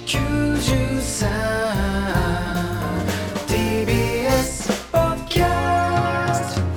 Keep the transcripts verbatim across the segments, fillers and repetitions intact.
きゅうじゅうさん ティービーエス ポッドキャスト。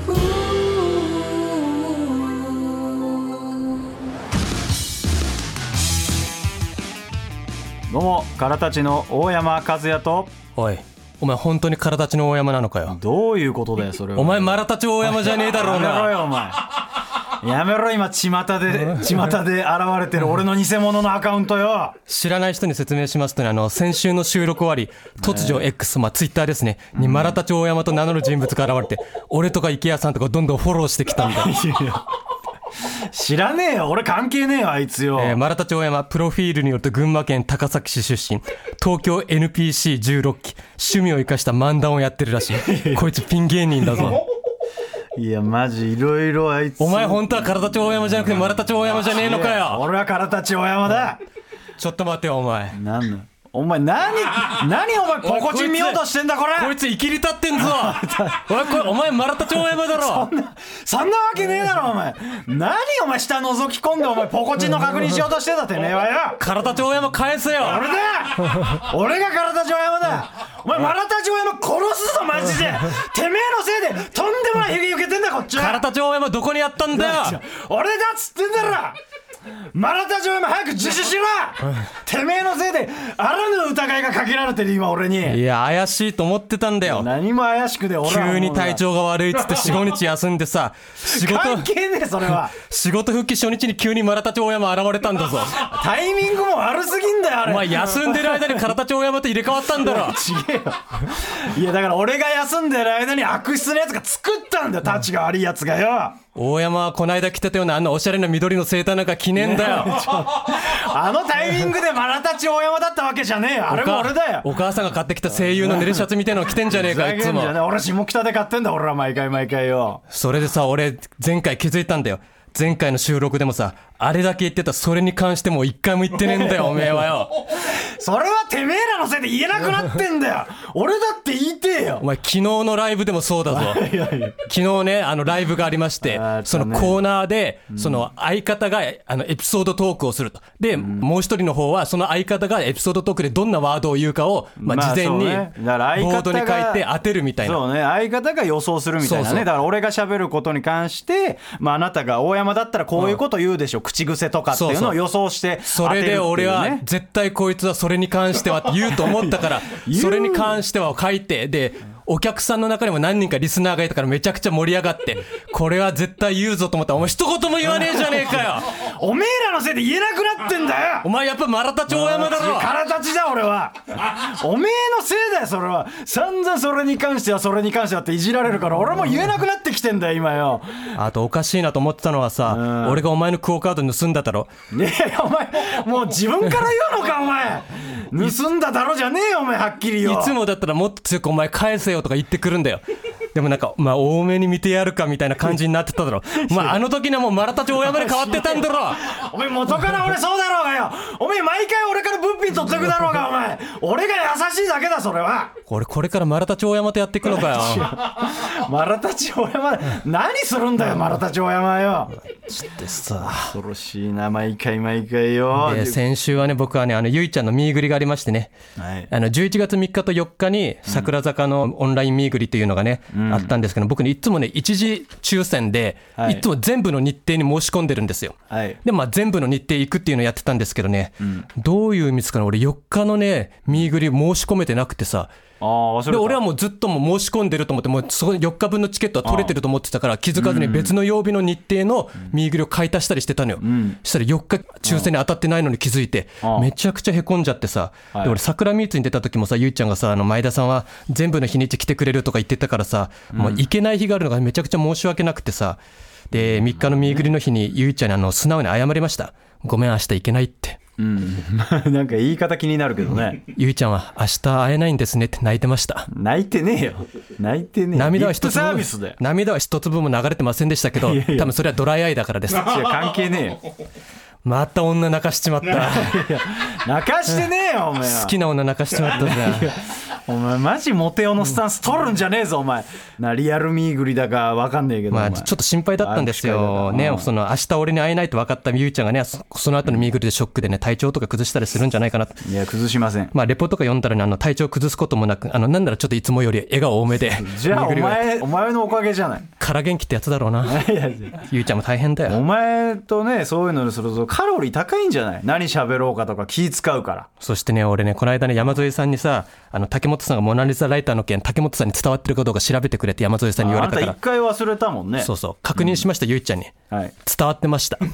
どうもからたちの大山和也と。 おい、お前本当にからたちの大山なのかよ。 どういうことだよそれは。 お前まらたち大山じゃねえだろうな。 やめろよお前。やめろ今巷で巷で現れてる俺の偽物のアカウントよ。 知らない人に説明しますとね、あの先週の収録終わり突如 X、まあ、ツイッターですねにまらたち大山と名乗る人物が現れて、俺とか池谷さんとかどんどんフォローしてきたんだ。 知らねえよ俺、関係ねえよあいつよ。 えー、マラタチ大山プロフィールによると群馬県高崎市出身、東京 エヌピーシーじゅうろっき、趣味を生かした漫談をやってるらしい。こいつピン芸人だぞ。 いやマジいろいろあいつ。 お前本当はからたち大山じゃなくてマラタチ大山じゃねえのかよ。 俺はからたち大山だ。 ちょっと待ってよお前。 なんだお前何何お前ポコチン見ようとしてんだこれ。 こいつ生きり立ってんぞ。おいこれお前マラタチ大山だろ。 そんなそんなわけねえだろお前。何お前下覗き込んでお前ポコチンの確認しようとしてたてめえはよ。 からたち大山返せよ。 俺だ俺がからたち大山だ。お前マラタチ大山殺すぞマジで。てめえのせいでとんでもない被害受けてんだこっちは。 からたち大山どこにやったんだよ。 俺だっつってんだろ。マラタチ大山早く自首しろ。てめえのせいであらぬ疑いがかけられてる今俺に。 いや怪しいと思ってたんだよ。 何も怪しくねえ。俺は急に体調が悪いっつって よん、ごにち休んでさ、仕事関係ねえそれは。 仕事復帰初日に急にマラタチ大山現れたんだぞ。 タイミングも悪すぎんだよあれ。 お前休んでる間にからたち大山と入れ替わったんだろ。 ちげえよ。いやだから俺が休んでる間に悪質なやつが作ったんだよ、タチが悪いやつがよ。 大山はこないだ着てたようなあんなおしゃれな緑のセーターなんか着ねえんだよ。 あのタイミングでマラタチ大山だったわけじゃねえよ。あれも俺だよ。 お母さんが買ってきた声優の寝るシャツみたいなの着てんじゃねえかいつも。 俺下北で買ってんだ俺は毎回毎回よ。 それでさ俺前回気づいたんだよ。前回の収録でもさあれだけ言ってた、それに関しても一回も言ってねえんだよおめえはよ。 それはてめえらのせいで言えなくなってんだよ。俺だって言いてえよ。 お前昨日のライブでもそうだぞ。昨日ねあのライブがありまして、ね、そのコーナーで、うん、その相方があのエピソードトークをすると。で、うん、もう一人の方はその相方がエピソードトークでどんなワードを言うかを、まあ、事前にボードに書いて当てるみたいな。 そうね、相方が予想するみたいなね。そうそう、だから俺が喋ることに関して、まあ、あなたが大山だったらこういうこと言うでしょ、うん、口癖とかっていうのを予想して当てるっていうね。 それで俺は絶対こいつはそれに関しては言うと思ったからそれに関しては書いて、でお客さんの中にも何人かリスナーがいたからめちゃくちゃ盛り上がって、これは絶対言うぞと思ったらお前一言も言わねえじゃねえかよ。 おめえらのせいで言えなくなってんだよ。 お前やっぱマラタチ大山だろ。 からたちだ俺は。おめえのせいだよそれは。散々それに関してはそれに関してはっていじられるから俺も言えなくなってきてんだよ今よ。 あとおかしいなと思ってたのはさ、俺がお前のクオカード盗んだだろ。 ねえお前もう自分から言うのかお前。盗んだだろじゃねえよお前はっきりよ。 いつもだったらもっと強くお前返せよとか言ってくるんだよ。でもなんかまあ多めに見てやるかみたいな感じになってただろ。まああの時にはもうマラタチ大山で変わってたんだろ。 お前元から俺そうだろうがよ。お前毎回俺から物品取ってくだろうがお前。俺が優しいだけだそれは。 俺これからマラタチ大山とやっていくのかよ。 マラタチ大山何するんだよマラタチ大山よ。 ちょっとさ恐ろしいな毎回毎回よ。 で先週はね僕はねあのゆいちゃんのミーグリがありましてね、はい、あのじゅういちがつみっかとよっかに桜坂のオンラインミーグリっていうのがね、うん、あったんですけど、僕ねいつもね一次抽選で、はい、いつも全部の日程に申し込んでるんですよ、はい、でまあ全部の日程行くっていうのをやってたんですけどね、うん、どういう意味ですかね、俺よっかのねミーグリ申し込めてなくてさ、あで俺はもうずっともう申し込んでると思って、もうそこよっかぶんのチケットは取れてると思ってたから気づかずに別の曜日の日程のミーグリを買い足したりしてたのよ、うん、したらよっか抽選に当たってないのに気づいてめちゃくちゃへこんじゃってさ、で俺桜ミーツに出た時もさゆいちゃんがさあの前田さんは全部の日にち来てくれるとか言ってたからさ、うん、もう行けない日があるのがめちゃくちゃ申し訳なくてさ、でみっかのミーグリの日にゆいちゃんにあの素直に謝りました。ごめん明日行けないって。 うん、なんか言い方気になるけどね。 ゆいちゃんは明日会えないんですねって泣いてました。 泣いてねえよ泣いてねえ。 涙は一粒涙は一粒も流れてませんでしたけど、いやいや多分それはドライアイだからです。いや関係ねえよ。 また女泣かしちまった。いや泣かしてねえよお前は。 好きな女泣かしちまったじゃん。 お前マジモテ男のスタンス取るんじゃねえぞお前な。リアルミーグリだか分かんねえけど、 まあ、ちょっと心配だったんですよね。その明日俺に会えないと分かったゆいちゃんがね、そ, その後のミーグリでショックでね、体調とか崩したりするんじゃないかな。 いや崩しません。 まあレポとか読んだらね、あの体調崩すこともなく、あのなんならちょっといつもより笑顔多めでじゃあお前お前のおかげじゃない。 から元気ってやつだろうな。いやゆいちゃんも大変だよ。 お前とねそういうのにするとカロリー高いんじゃない。何喋ろうかとか気使うから。 そしてね俺ねこの間ね山添さんにさ、あの竹本さんがモナリザライターの件竹本さんに伝わってるかどうか調べてくれって山添さんに言われたから。 あなた一回忘れたもんね。 そうそう確認しました、うん、ゆいちゃんに、はい、伝わってました、うん、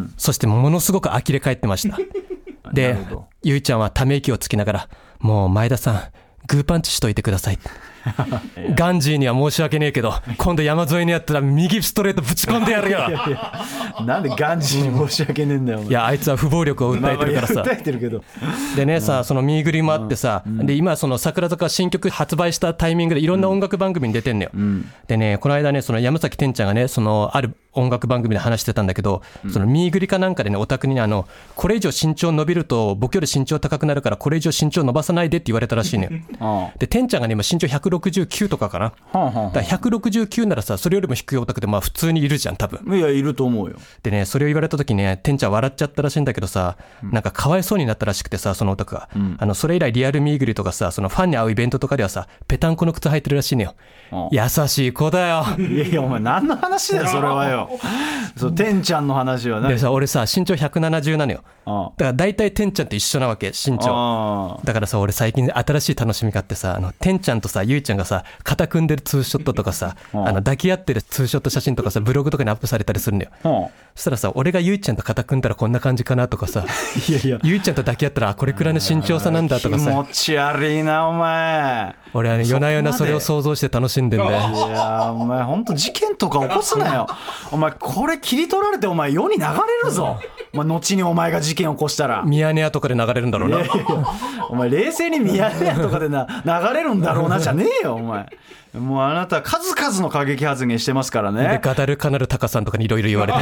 そしてものすごく呆れ返ってましたでゆいちゃんはため息をつきながら、もう前田さんグーパンチしといてくださいガンジーには申し訳ねえけど今度山添にやったら右ストレートぶち込んでやるよ。いやいやなんでガンジーに申し訳ねえんだよ。 いやあいつは不暴力を訴えてるからさ、まあまあ、 訴えてるけどでね、うん、さそのミーグリもあってさ、うん、で今その桜坂新曲発売したタイミングでいろんな音楽番組に出てんのよ、うん、でねこの間ねその山崎天ちゃんがねそのある音楽番組で話してたんだけど、うん、そのミーグリかなんかでねオタクにねあのこれ以上身長伸びると僕より身長高くなるからこれ以上身長伸ばさないでって言われたらしいのよで天ちゃんがね今身長ひゃくろくじゅうきゅうとかかな、はあはあ、だからひゃくろくじゅうきゅうならさそれよりも低いオタクでまあ普通にいるじゃん多分。 いやいると思うよ。 でねそれを言われた時ね天ちゃん笑っちゃったらしいんだけどさ、うん、なんかかわいそうになったらしくてさそのオタクが、うん、あのそれ以来リアルミーグリとかさそのファンに会うイベントとかではさペタンコの靴履いてるらしいのよ。優しい子だよ。 いやいやお前何の話だよそれはよそう天ちゃんの話はね。 でさ俺さ身長ひゃくななじゅうなのよ。だから大体天ちゃんと一緒なわけ身長だからさ俺最近新しい楽しみがあってさあの天ちゃんとさゆいちゃんがさ肩組んでるツーショットとかさあの抱き合ってるツーショット写真とかさブログとかにアップされたりするのよ。そしたらさ俺がゆいちゃんと肩組んだらこんな感じかなとかさいやいやゆいちゃんと抱き合ったらこれくらいの身長差なんだとかさ。 気持ち悪いなお前。 俺はね夜な夜なそれを想像して楽しんでんだよ。 いやお前ほんと事件とか起こすなよお前これ切り取られてお前世に流れるぞまあ、後にお前が事件を起こしたらミヤネ屋とかで流れるんだろうな。いやいやお前冷静にミヤネ屋とかでな流れるんだろうなじゃねえよお前。もうあなた数々の過激発言してますからね。 でガダルカナルタカさんとかにいろいろ言われてね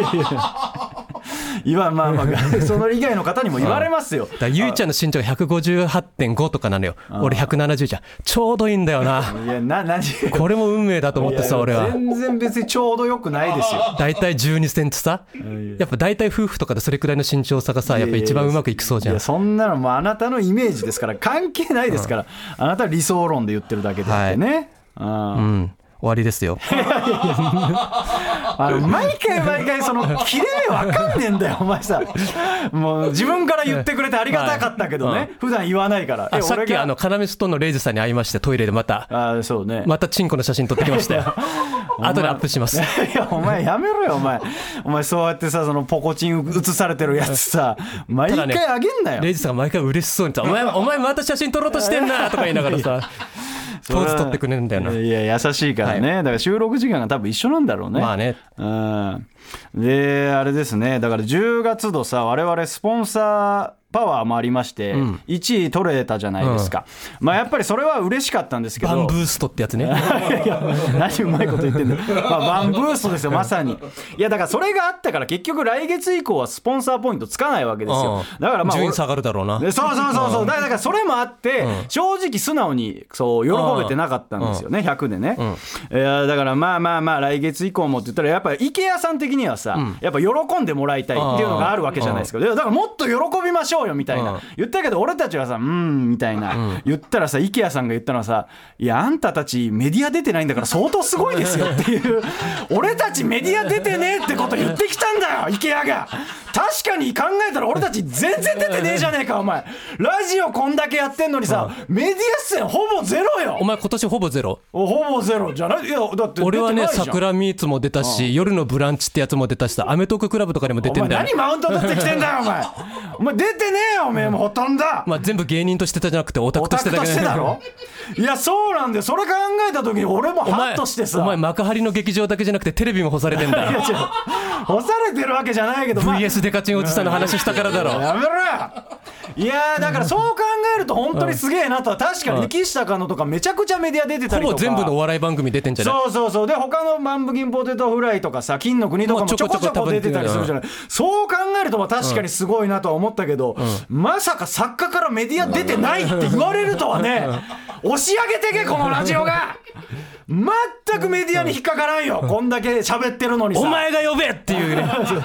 いやまあまあその以外の方にも言われますよ。 だからゆいちゃんの身長が ひゃくごじゅうはちてんご とかなのよ。俺ひゃくななじゅうじゃんちょうどいいんだよな。 いやな何これも運命だと思ってさ俺は。 全然別にちょうどよくないですよ。 だいたいじゅうにセンチ差やっぱだいたい夫婦とかでそれくらいの身長差がさやっぱ一番うまくいきそうじゃん。 いやそんなのもうあなたのイメージですから関係ないですから、うん、あなたは理想論で言ってるだけであってね、はい、 あうん終わりですよあの毎回毎回そのキレわかんねえんだよお前さ。もう自分から言ってくれてありがたかったけどね、はい、普段言わないから。 あさっきあのカナメストーンのレイジさんに会いましてトイレでまたあそうねまたチンコの写真撮ってきましたよ後でアップします。 いやお前やめろよお前お前そうやってさそのポコチン写されてるやつさ毎回あげんなよ、 ね、レイジさんが毎回嬉しそうにさお前お前また写真撮ろうとしてんなとか言いながらさポーズ取ってくれるんだよな。 いや優しいからね、はい、だから収録時間が多分一緒なんだろうね。 まあね、 うん、であれですねだからじゅうがつ度さ我々スポンサーパワーもありまして、うん、いちい取れたじゃないですか、うん、まあやっぱりそれは嬉しかったんですけどバンブーストってやつねいや何うまいこと言ってんだよ、まあ、バンブーストですよまさに。いやだからそれがあったから結局来月以降はスポンサーポイントつかないわけですよ。だからまあ順位下がるだろうな。 そうそうそうそうだからそれもあって、うん、正直素直にそう喜べてなかったんですよね、うん、ひゃくでね、うん、いやだからまあまあまあ来月以降もって言ったらやっぱり池谷さん的にはさ、うん、やっぱ喜んでもらいたいっていうのがあるわけじゃないですか。だからもっと喜びましょうよみたいな言ったけど俺たちはさうーんみたいな、うん、言ったらさ池谷さんが言ったのはさいやあんたたちメディア出てないんだから相当すごいですよっていう俺たちメディア出てねえってこと言ってきたんだよ池谷が。確かに考えたら俺たち全然出てねえじゃねえかお前。ラジオこんだけやってんのにさ、うん、メディア出演ほぼゼロよ。 お前今年ほぼゼロ。 ほぼゼロじゃない。いやだって出てないじゃん。 俺はね桜ミーツも出たし、うん、夜のブランチってやつも出たしさアメトーククラブとかにも出てんだよ。 お前何マウント取ってきてんだよお前お前出てねえよお前もうほとんど、 まあ、全部芸人としてたじゃなくてオタクとしてだけ、ね、 オタクとしてだろいやそうなんだよ。それ考えた時に俺もハッとしてさお前幕張の劇場だけじゃなくてテレビも干されてんだ。 いや違う干されてるわけじゃないけど、 まあ、ブイエス デカチンおじさんの話したからだろやめろいやーだからそう考えると本当にすげえなとは確かに力士高野とかめちゃくちゃメディア出てたりとか、 ほぼ全部のお笑い番組出てんじゃない。 そうそうそう。で他のマンブキンポテトフライとかさ金の国とかもちょこちょこ出てたりするじゃない。そう考えると確かにすごいなとは思ったけど、まさか作家からメディア出てないって言われるとはね、押し上げてけこのラジオが全くメディアに引っかからんよ、こんだけ喋ってるのにさ。 お前が呼べっていうね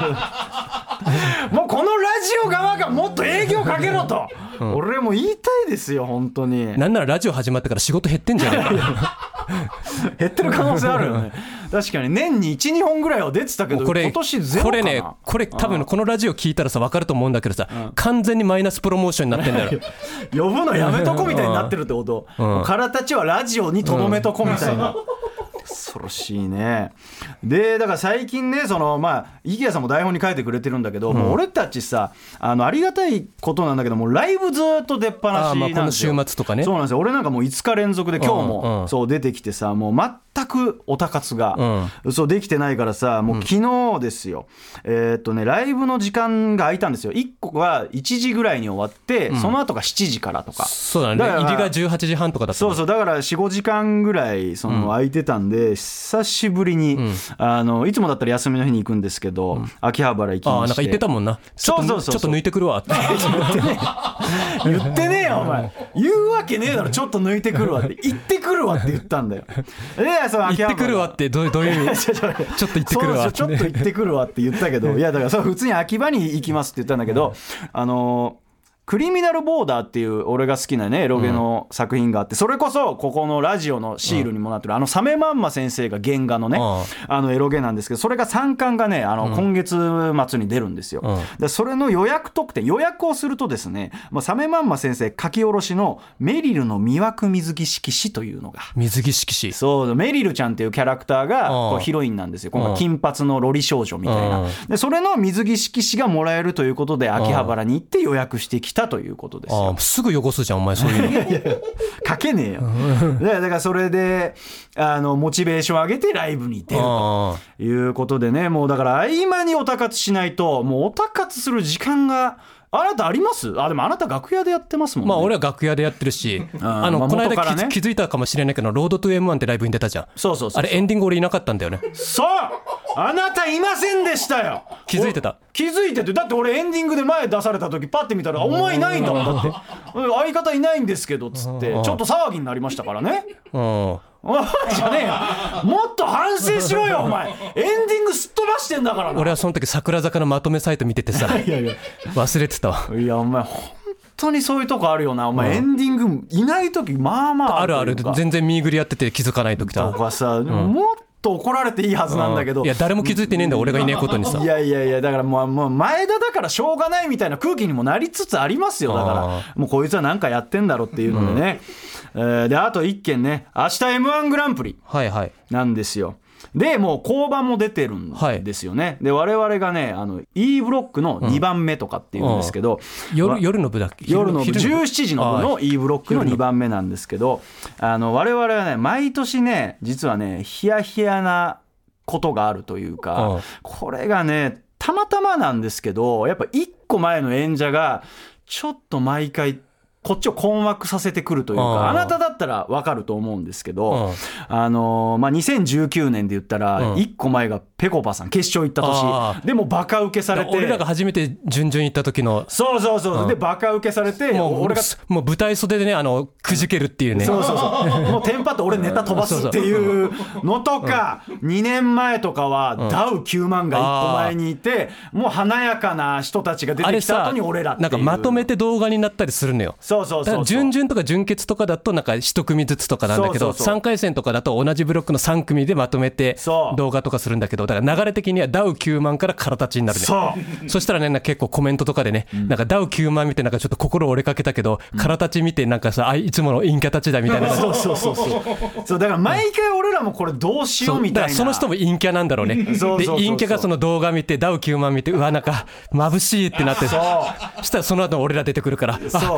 もうこのラジオ側がもっと営業かけろと、うん、俺も言いたいですよ本当に。 なんならラジオ始まってから仕事減ってんじゃないか減ってる可能性あるよね確かに年に いち,に 本ぐらいは出てたけど、これ今年ゼロかな。 これね、これ多分このラジオ聞いたらさ分かると思うんだけどさ、うん、完全にマイナスプロモーションになってんだよ呼ぶのやめとこみたいになってるってこと、うん、からたちはラジオにとどめとこみたいな、うん恐ろしいね。でだから最近ねそのまあ池谷さんも台本に書いてくれてるんだけど、うん、もう俺たちさ あのありがたいことなんだけどもライブずっと出っ放しなんですよ。あ、まあ、この週末とかね。 そうなんですよ。俺なんかもういつか連続で今日も、うんうん、そう出てきてさもう全くおたかつが、うん、そうできてないからさもう昨日ですよ、うん、えー、っとねライブの時間が空いたんですよ。いっこはいちじぐらいに終わって、うん、その後がしちじからとか。 そうだね。だ入りがじゅうはちじはんとかだった。 そうそうだから よん,ご 時間ぐらいその空いてたんで、うん、久しぶりに、うん、あのいつもだったら休みの日に行くんですけど、うん、秋葉原行きまして。あなんか言ってたもんな。 そうそうそうちょっと抜いてくるわって言ってねえよお前。言うわけねえだろ。ちょっと抜いてくるわって言ってくるわって言ったんだよ。でその秋葉原言ってくるわってどう、どういう意味ちょっと言ってくるわってちょっと言ってくるわって言ったけどいやだからそう普通に秋葉に行きますって言ったんだけど、あのークリミナルボーダーっていう俺が好きなねエロゲの作品があって、それこそここのラジオのシールにもなってるあのサメマンマ先生が原画のねあのエロゲなんですけど、それがさんかんがねあの今月末に出るんですよ。でそれの予約特典予約をするとですね、まあ、サメマンマ先生書き下ろしのメリルの魅惑水着色紙というのが水着色紙そうメリルちゃんっていうキャラクターがこうヒロインなんですよ。今回金髪のロリ少女みたいなでそれの水着色紙がもらえるということで秋葉原に行って予約してきたということですよ。 あすぐ汚すじゃんお前そういうのいやいや書けねえよだからそれであのモチベーション上げてライブに出るということでね、もうだから合間にオタ活しないともうオタ活する時間があなたあります？あでもあなた楽屋でやってますもんね。 まあ俺は楽屋でやってるしあの、まあ、この間気、ね、気づいたかもしれないけどロードトゥ エムワン ってライブに出たじゃん。 そうそうそうそうあれエンディング俺いなかったんだよね。 そうあなたいませんでしたよ。 気づいてた気づいててだって俺エンディングで前出された時パッて見たらお前いないんだもんだって相方いないんですけどっつってちょっと騒ぎになりましたからね。うんじゃねえよもっと反省しろよお前エンディングすっ飛ばしてんだからな。 俺はその時桜坂のまとめサイト見ててさいやいや忘れてたわ。 いやお前本当にそういうとこあるよなお前、うん、エンディングいない時まあまああるある全然見ぐりやってて気づかない時とかさ、うん、もっと怒られていいはずなんだけど、 うん、いや誰も気づいてねえんだ俺がいねえことにさ。 いやいやいやだからもう、もう前田だからしょうがないみたいな空気にもなりつつありますよ。だからもうこいつは何かやってんだろっていうのでね、うんえー、であといっけんね明日 エムワン グランプリなんですよ、はいはいでもう降板も出てるんですよね、はい、で我々がねあの E ブロックのにばんめとかっていうんですけど、 うん、夜, 夜の部だっけ夜の部じゅうしちじの部の E ブロックのにばんめなんですけどあの我々はね毎年ね実はねヒヤヒヤなことがあるというかこれがねたまたまなんですけどやっぱいっこまえの演者がちょっと毎回こっちを困惑させてくるというかあなただったら分かると思うんですけどあのまあにせんじゅうきゅうねんで言ったらいっこまえがぺこぱさん決勝行った年でもバカ受けされて俺らが初めて準々行った時のそうそうそうでバカ受けされてもう俺がもう舞台袖でねあのくじけるっていうねそうそうそうもうテンパって俺ネタ飛ばすっていうのとかにねんまえとかはダウきゅうまんがいっこまえにいてもう華やかな人たちが出てきた後に俺らっていうなんかまとめて動画になったりするのよ。 そうそうそうそう準々とか準決とかだとなんか一組ずつとかなんだけどそうそうそうさんかい戦とかだと同じブロックのさん組でまとめて動画とかするんだけどだから流れ的にはダウきゅうまんから空立ちになるね。 そうそしたらねなんか結構コメントとかでね、うん、なんかダウきゅうまん見てなんかちょっと心折れかけたけど、うん、空立ち見てなんかさあいつもの陰キャたちだみたいなそうそうそうそうそうだから毎回俺らもこれどうしようみたいなそ, その人も陰キャなんだろうねで陰キャがその動画見てダウきゅうまん見てうわなんか眩しいってなってそしたらその後俺ら出てくるからあ仲間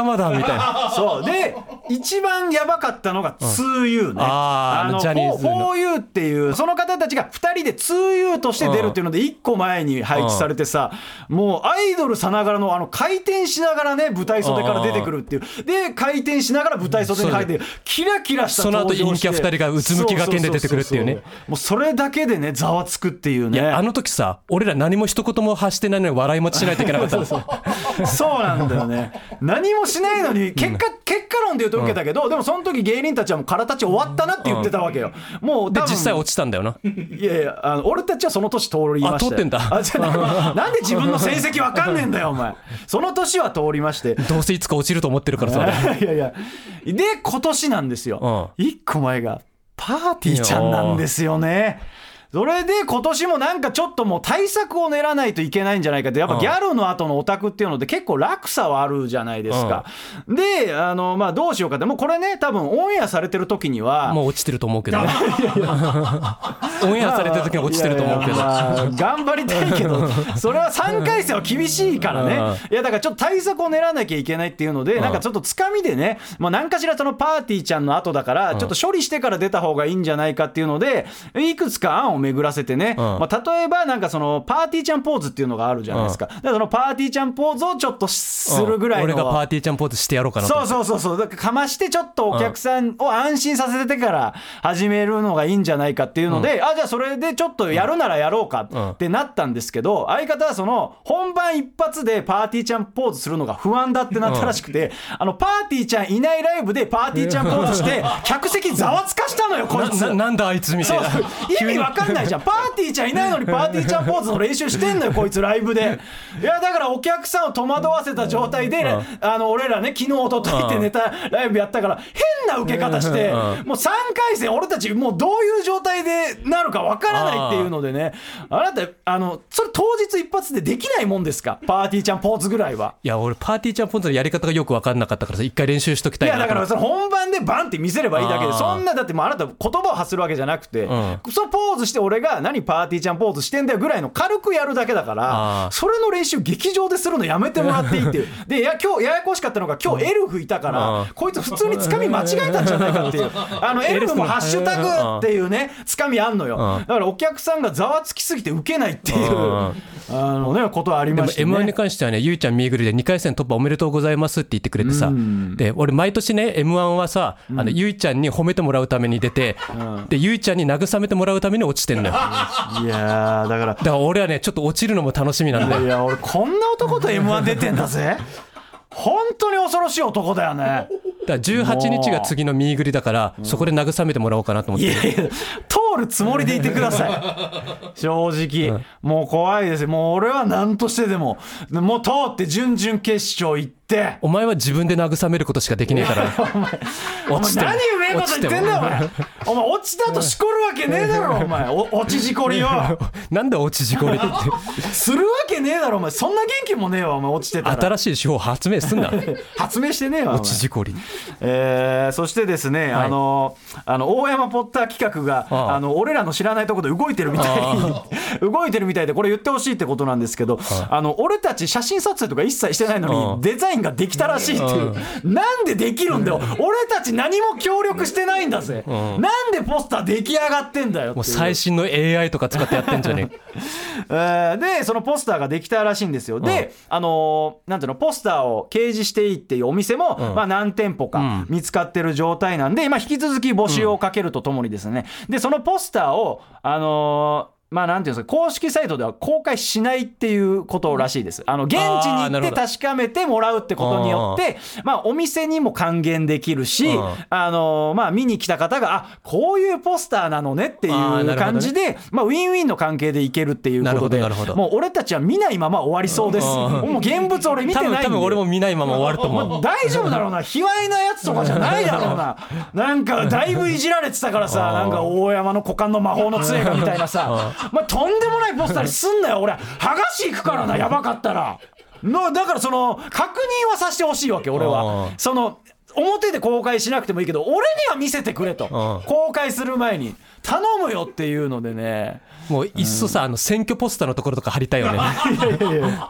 仲間だみたいな。 そうで一番やばかったのが ツーユー ね、うん、 ああのジャニーズのフォーユー っていうその方たちがふたりで ツーユー として出るっていうのでいっこまえに配置されてさ、もうアイドルさながらのあの回転しながらね舞台袖から出てくるっていうで回転しながら舞台袖に入ってキラキラした登場して、 その後陰キャふたりがうつむきがけんで出てくるっていうね。 もうそれだけでねざわつくっていうね。 いやあの時さ俺ら何も一言も発してないのに笑い待ちしないといけなかったそうそうなんだよね。何もしないのに結果、うん、結果論で言うと受けたけど、うん、でもその時芸人たちはもう空立ち終わったなって言ってたわけよ、うん、もうで実際落ちたんだよな。 いやいやあの俺たちはその年通りましたよ。 あ通ってんだ。 あじゃなんで自分の成績わかんねえんだよお前。その年は通りましてどうせいつか落ちると思ってるからさいやいやで今年なんですよ、うん、いっこまえがパーティーちゃんなんですよね。それで今年もなんかちょっともう対策を練らないといけないんじゃないかって。やっぱギャルの後のオタクっていうので結構落差はあるじゃないですか、うん、であのまあどうしようかって。もうこれね多分オンエアされてる時にはもう落ちてると思うけどねオンエアされてる時には落ちてると思うけど、 まあまあ、頑張りたいけどそれはさんかい戦は厳しいからね、うん、いやだからちょっと対策を練らなきゃいけないっていうので、うん、なんかちょっとつかみでねもう何かしらそのパーティーちゃんの後だからちょっと処理してから出た方がいいんじゃないかっていうのでいくつか案を巡らせてね、うんまあ、例えばなんかそのパーティーちゃんポーズっていうのがあるじゃないですか、うん、だからそのパーティーちゃんポーズをちょっとするぐらいの、 うん、俺がパーティーちゃんポーズしてやろうかなと。 そうそうそうそうだからかましてちょっとお客さんを安心させてから始めるのがいいんじゃないかっていうので、うん、あじゃあそれでちょっとやるならやろうかってなったんですけど、相方はその本番一発でパーティーちゃんポーズするのが不安だってなったらしくて、うん、あのパーティーちゃんいないライブでパーティーちゃんポーズして客席ざわつかしたのよこいつ。 な, な, なんだあいつみたいな意味わかんないじゃん。パーティーちゃんいないのにパーティーちゃんポーズの練習してんのよこいつライブで。いやだからお客さんを戸惑わせた状態で、うん、あの俺らね昨日おとといってネタライブやったから変な受け方して、うん、もうさんかい戦俺たちもうどういう状態でなるかわからないっていうのでね、あなたあのそれ当日一発でできないもんですかパーティーちゃんポーズぐらいは。 いや俺パーティーちゃんポーズのやり方がよく分かんなかったからさ一回練習しときたいな。 いやだからその本番でバンって見せればいいだけでそんなだってもうあなた言葉を発するわけじゃなくて、うん、そのポーズして俺が何パーティーちゃんポーズしてんだよぐらいの軽くやるだけだからそれの練習劇場でするのやめてもらっていいっていうでいや今日ややこしかったのが今日エルフいたからこいつ普通につかみ間違えたんじゃないかっていうあのエルフもハッシュタグっていうねつかみあんのよ。だからお客さんがざわつきすぎてウケないっていうあのねことはありましてね。 でも エムワン に関してはねゆいちゃんみーぐりでにかい戦突破おめでとうございますって言ってくれてさ、で俺毎年ね エムワン はさあのゆいちゃんに褒めてもらうために出て、でゆいちゃんに慰めてもらうために落ちてんのよ。 いやだからだから俺はねちょっと落ちるのも楽しみなんだよ。 いや俺こんな男と エムワン 出てんだぜ本当に恐ろしい男だよね。 だからじゅうはちにちが次のミーグリだからそこで慰めてもらおうかなと思って。 いやいや通るつもりでいてください正直、うん、もう怖いですよ。もう俺は何としてでももう通って準々決勝行って。 お前は自分で慰めることしかできねえからお前お前何うめえこと言ってんだよお前お前落ちたとしこるわけねえだろお前お落ちじこりよなんで落ちじこりってするわけねえだろお前。そんな元気もねえわお前落ちてたら。 新しい手法発明すんな発明してねえわ落ちじこり。 えー、そしてですね、はい、あのあの大山ポッター企画がああの俺らの知らないところで動いてるみたいに動いてるみたいでこれ言ってほしいってことなんですけど、あの俺たち写真撮影とか一切してないのにデザインができたらしいっていう。なんでできるんだよ俺たち何も協力してないんだぜ。なんでポスター出来上がってんだよっていう。 もう最新の エーアイ とか使ってやってんじゃねえー、でそのポスターができたらしいんですよ。であのー、なんていうのポスターを掲示していいっていうお店も、まあ、何店舗か見つかってる状態なんで、まあ、引き続き募集をかけるとともにですね、でそのポスターをあのーまあなんていうんですか公式サイトでは公開しないっていうことらしいです。あの現地に行って確かめてもらうってことによってまあお店にも還元できるし、あのまあ見に来た方があこういうポスターなのねっていう感じでまあウィンウィンの関係でいけるっていうことで、もう俺たちは見ないまま終わりそうです。もう現物俺見てないんで。 多分俺も見ないまま終わると思う。 大丈夫だろうな卑猥なやつとかじゃないだろうな。なんかだいぶいじられてたからさ、なんか大山の股間の魔法の杖がみたいなさ。まあ、とんでもないポスターにすんなよ俺剥がし行くからなやばかったらの。だからその確認はさせてほしいわけ俺は。その表で公開しなくてもいいけど俺には見せてくれと公開する前に頼むよっていうのでね。 もういっそさ、うん、あの選挙ポスターのところとか貼りたいよね。いやいやいや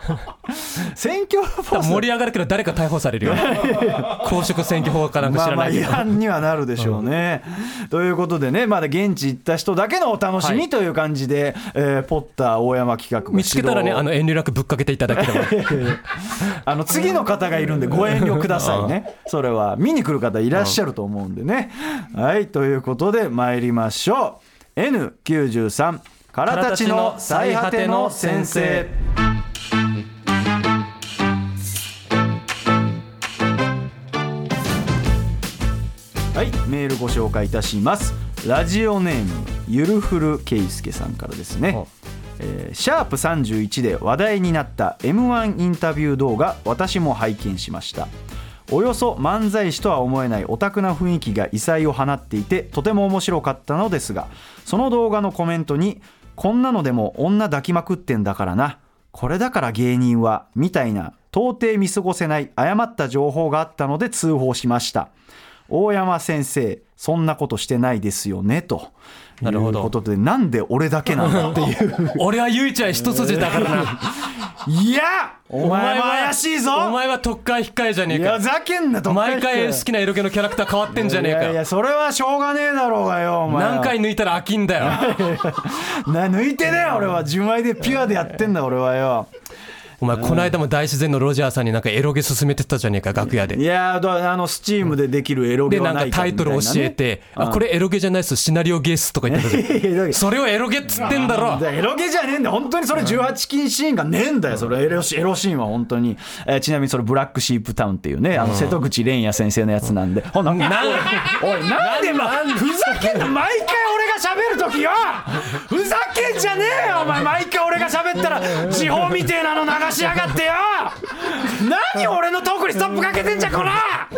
選挙法盛り上がるけど誰か逮捕されるよ公職選挙法かなんか知らないけど、 まあまあ違反にはなるでしょうね、うん、ということでね、まだ現地行った人だけのお楽しみという感じで、はい、えー、ポッター大山企画見つけたらね、あの遠慮なくぶっかけていただければあの次の方がいるんでご遠慮くださいねそれは見に来る方いらっしゃると思うんでね、うん、はいということで参りましょう。 エヌきゅうじゅうさん からたちの最果ての先生。はい、メールご紹介いたします。ラジオネームゆるふるけいすけさんからですね、えー、シャープさんじゅういちで話題になった エムワン インタビュー動画、私も拝見しました。およそ漫才師とは思えないオタクな雰囲気が異彩を放っていて、とても面白かったのですが、その動画のコメントに、こんなのでも女抱きまくってんだからな、これだから芸人はみたいな到底見過ごせない誤った情報があったので通報しました。大山先生、そんなことしてないですよね、となるほど。 いうことで、なんで俺だけなんだっていう俺はゆいちゃん一筋だからな。 いやお前も怪しいぞ。 お前は特会控えじゃねえか。 いやざけんな、特会控え。 毎回好きな色気のキャラクター変わってんじゃねえか。 いやいや、それはしょうがねえだろうがよ、お前。 何回抜いたら飽きんだよな抜いてねえ、俺は純愛でピュアでやってんだ俺はよ。 お前この間も大自然のロジャーさんになんかエロゲ勧めてたじゃねえか、楽屋で。 いやー、あのスチームでできるエロゲはないかみたいな、ね、 でなんかタイトル教えて、うん、あこれエロゲじゃないっす、シナリオゲースとか言ってたじゃんそれをエロゲっつってんだろ。 エロゲじゃねえんだよ本当に。それじゅうはち禁シーンがねえんだよ、それエロシ、エロシーンは本当に、えー、ちなみにそれブラックシープタウンっていうね、あの瀬戸口蓮也先生のやつなんで、うん、ほんななんおいなんで、ま、ふざけんな、毎回俺が喋るときよふざけんじゃねえよお前。毎回俺が喋ったら地方みてえなの流しやがってよ何俺のトークにストップかけてんじゃこら。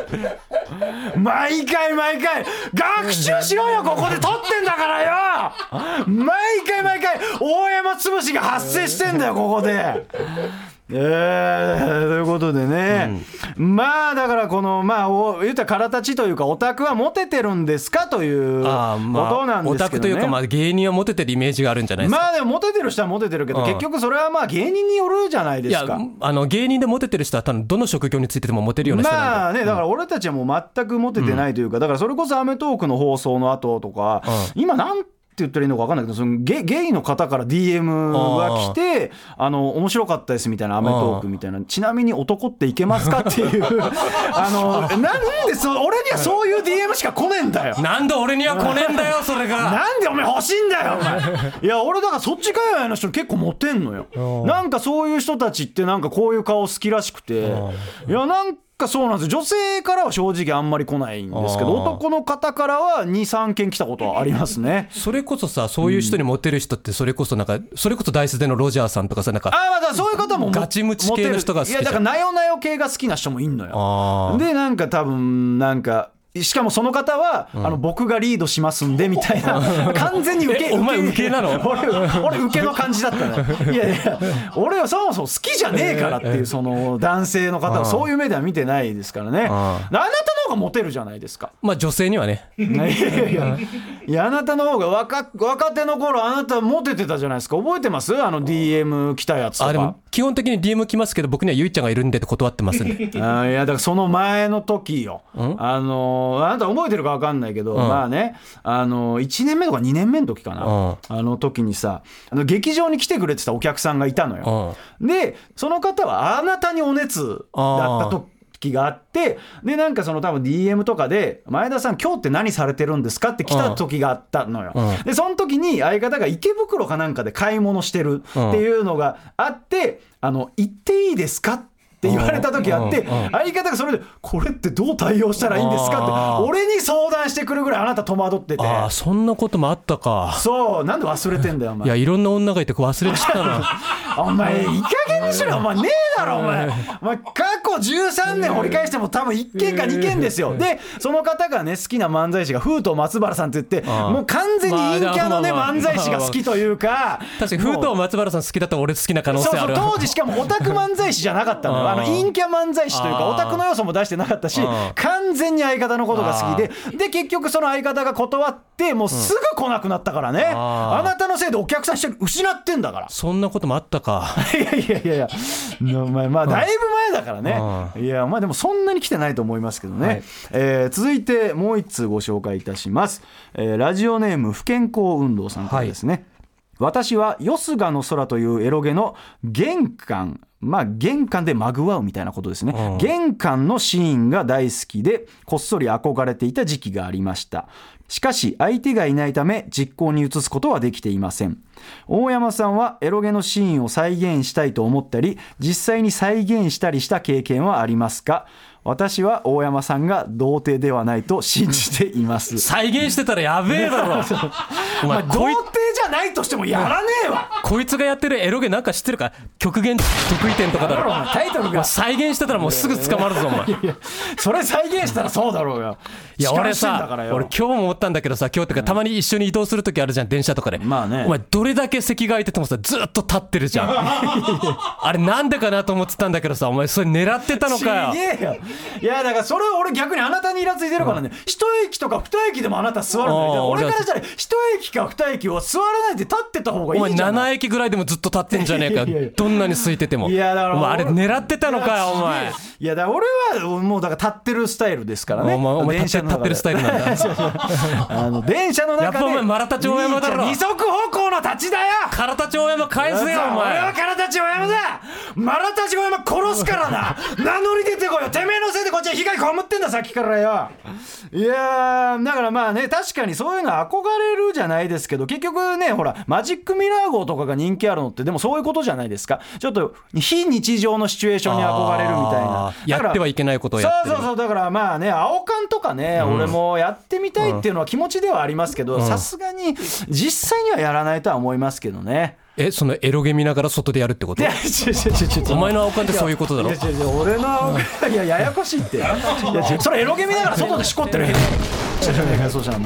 毎回毎回学習しろよ、ここで撮ってんだからよ。毎回毎回大山潰しが発生してんだよここで。えー、ということでね、うん、まあだからこのまあお言ったらからたちというかオタクはモテてるんですかということなんですけどね。オタクというかまあ芸人はモテてるイメージがあるんじゃないですか。 まあでもモテてる人はモテてるけど、うん、結局それはまあ芸人によるじゃないですか。 いやあの芸人でモテてる人は多分どの職業についてでもモテるような人なんだ。 まあね、だから俺たちはもう全くモテてないというか、うん、だからそれこそアメトーークの放送の後とか、うん、今なんって言ったらいいのか分かんないけど、その ゲ, ゲイの方から ディーエム が来て、あの面白かったですみたいな、アメトーークみたいな、ちなみに男っていけますかっていうあのなんでそ俺にはそういう ディーエム しか来ねえんだよ。 なんで俺には来ねえんだよそれが。 なんでお前欲しいんだよお前。いや俺だからそっち界隈の人結構モテんのよ。なんかそういう人たちってなんかこういう顔好きらしくて、いやなんかそうなんですよ。女性からは正直あんまり来ないんですけど、男の方からは にさんけん来たことはありますね。 それこそさ、そういう人にモテる人ってそれこそなんかそれこそ大自然のロジャーさんとかさ、なんかあまあだそういう方もガチムチ系の人が好きじゃん。 いやだからなよなよ系が好きな人もいんのよ。でなんか多分なんかしかもその方は、うん、あの僕がリードしますんでみたいな完全に受けお前受けなの俺, 俺受けの感じだったね。いやいや俺はそもそも好きじゃねえからっていう、その男性の方はそういう目では見てないですからね。あなたの方がモテるじゃないですか。 まあ女性にはね。 いやいやいやいやあなたの方が 若, 若手の頃あなたモテてたじゃないですか。覚えてます？あの ディーエム 来たやつとか。 あでも基本的に ディーエム 来ますけど、僕にはゆいちゃんがいるんでって断ってますんで。 あいやだからその前の時よ、あのあなた覚えてるか分かんないけど、うん、まあねあのいちねんめとかにねんめの時かな、うん、あの時にさあの劇場に来てくれてたお客さんがいたのよ、うん、でその方はあなたにお熱だった時があって、でなんかその多分 ディーエム とかで前田さん今日って何されてるんですかって来た時があったのよ、うん、でその時に相方が池袋かなんかで買い物してるっていうのがあって、あの行っていいですかって言われた時あって、相方がそれでこれってどう対応したらいいんですかって俺に相談してくるぐらいあなた戸惑ってて。 ああそんなこともあったか。 そうなんで忘れてんだよお前。 いやいろんな女がいて忘れちゃったなお前いい加減にしろお前ねえだろお前。お前過去じゅうさんねん掘り返しても多分いっけんかにけんですよ。でその方がね好きな漫才師が風東松原さんって言って、もう完全に陰キャのね漫才師が好きというか。 確かに風東松原さん好きだったら俺好きな可能性ある。 そうそう当時しかもオタク漫才師じゃなかったのよ。あの陰キャ漫才師というかオタクの要素も出してなかったし、完全に相方のことが好きで、で結局その相方が断ってもうすぐ来なくなったからね、うん、あ, あなたのせいでお客さん失ってんだから。 そんなこともあったか。 いやいやいやいや、まあ、まあだいぶ前だからね、うん、いやまあでもそんなに来てないと思いますけどね、はい、えー、続いてもう一通ご紹介いたします、えー、ラジオネーム不健康運動さんからですね、はい、私はよすがの空というエロゲの玄関、まあ玄関でまぐわうみたいなことですね、うん、玄関のシーンが大好きでこっそり憧れていた時期がありました。しかし相手がいないため実行に移すことはできていません。大山さんはエロゲのシーンを再現したいと思ったり実際に再現したりした経験はありますか？私は大山さんが童貞ではないと信じています。 再現してたらやべえだろお前童貞じゃないとしてもやらねえわこいつがやってるエロゲなんか知ってるか？極限得意点とかだろタイトルが再現してたらもうすぐ捕まるぞお前。 いやそれ再現したらそうだろうよ。 いや俺さ俺今日も思ったんだけどさ、今日ってかたまに一緒に移動するときあるじゃん、電車とかで、まあね、お前どれだけ席が空いててもさずっと立ってるじゃんあれなんでかなと思ってたんだけどさ、お前それ狙ってたのかよ。 ちげえよ。いやだからそれ俺逆にあなたにイラついてるからね、一駅とか二駅でもあなた座るのに、俺からしたら一駅か二駅は座らないで立ってた方がいいじゃん。 お前なな駅ぐらいでもずっと立ってんじゃねえかよ。いやいやいやどんなに空いてても。いやだからお前あれ狙ってたのかよお前。 いやだから俺はもうだから立ってるスタイルですからね。 お前お前立ってるスタイルなんだあの電車の中でやっぱお前マラタチ大山だろ。 二足歩行の立ちだよ。 カラタチ大山返せよお前。 俺はカラタチ大山だ。マラタチ大山殺すからな名乗り出てこいよ。てめえのせいでこっちは被害被ってんださっきからよ。いやだからまあね確かにそういうの憧れるじゃないですけど、結局ねほらマジックミラー号とかが人気あるのってでもそういうことじゃないですか。ちょっと非日常のシチュエーションに憧れるみたいな、 やってはいけないことをやってる。 そうそうそう、だからまあね青缶とかね、うん、俺もやってみたいっていうのは気持ちではありますけど、さすがに実際にはやらないとは思いますけどね。 えそのエロゲ見ながら外でやるってこと？いやちょちょちょちょお前の青缶ってそういうことだろ。 いやいや俺の青缶いやややこしいって。いやそれエロゲ見ながら外でしこってる。そうじゃない。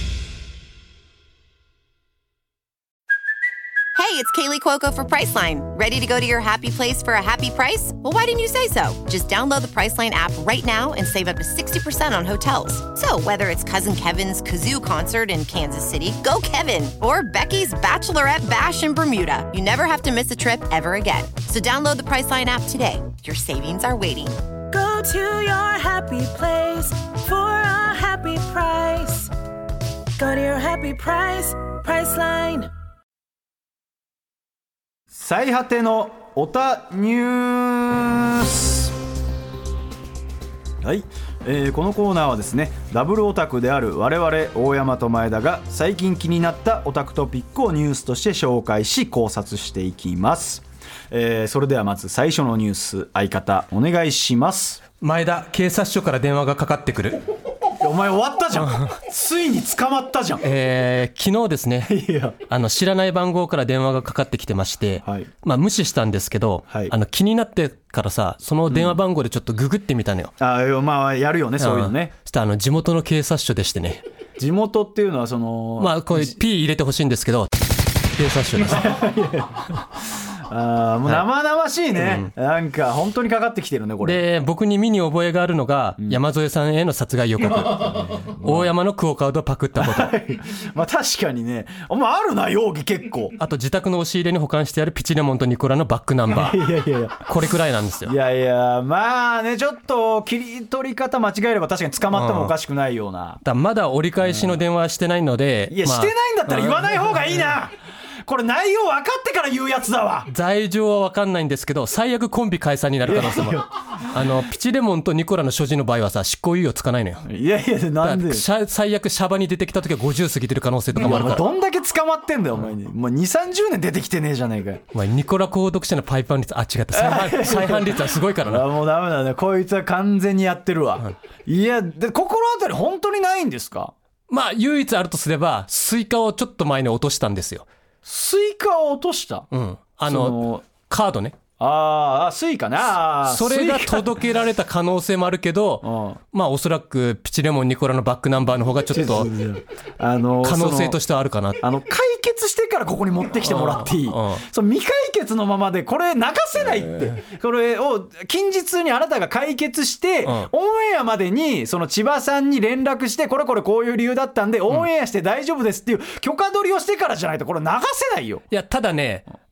Hey, it's Kaylee Cuoco for Priceline. Ready to go to your happy place for a happy price? Well, why didn't you say so? Just download the Priceline app right now and save up to sixty percent on hotels. So whether it's Cousin Kevin's Kazoo Concert in Kansas City, go Kevin, or Becky's Bachelorette Bash in Bermuda, you never have to miss a trip ever again. So download the Priceline app today. Your savings are waiting. Go to your happy place for a happy price. Go to your happy price, Priceline. 最果てのオタニュース。はい、えー、このコーナーはですねダブルオタクである我々大山と前田が最近気になったオタクトピックをニュースとして紹介し考察していきます、えー、それではまず最初のニュース、相方お願いします。 前田、警察署から電話がかかってくる。 お前終わったじゃんついに捕まったじゃん。 えー、昨日ですねいやあの知らない番号から電話がかかってきてまして、はい、まあ、無視したんですけど、はい、あの気になってからさその電話番号でちょっとググってみたのよ、 うん、あまあやるよねそういうのね。 そしたらあの地元の警察署でしてね。 地元っていうのはそのまあこれ P 入れてほしいんですけど警察署ですあもう生々しいね、はい、なんか本当にかかってきてるねこれで。僕に身に覚えがあるのが、うん、山添さんへの殺害予告大山のクオカードをパクったこと、はい、 まあ確かにねお前あるな容疑結構。 あと自宅の押し入れに保管してあるピチレモンとニコラのバックナンバーいやいやいやこれくらいなんですよ。 いやいやまあねちょっと切り取り方間違えれば確かに捕まってもおかしくないような、 うん、だまだ折り返しの電話してないので、 うん、いや、まあ、してないんだったら言わない方がいいなこれ内容分かってから言うやつだわ。 罪状は分かんないんですけど最悪コンビ解散になる可能性もあのピチレモンとニコラの所持の場合はさ執行猶予つかないのよ。 いやいやなんで最悪シャバに出てきた時はごじゅう過ぎてる可能性とかもあるから。 どんだけ捕まってんだよお前に。もうにじゅうさんじゅうねん出てきてねえじゃないかよ。 お前ニコラ購読者のパイパン率あ違った再犯再犯率はすごいからな。 あもうダメだねこいつは完全にやってるわ、はい、いやで心当たり本当にないんですか？ まあ唯一あるとすればスイカをちょっと前に落としたんですよ。 スイカを落とした？ うん。あのカードね。 ああスイカな。 それが届けられた可能性もあるけど、まあおそらくピチレモンニコラのバックナンバーの方がちょっと可能性としてはあるかな。 あの解決してからここに持ってきてもらっていい？その未解決のままでこれ流せないって。これを近日にあなたが解決して、オンエアまでにその千葉さんに連絡してこれこれこういう理由だったんでオンエアして大丈夫ですっていう許可取りをしてからじゃないとこれ流せないよ。 いやただね。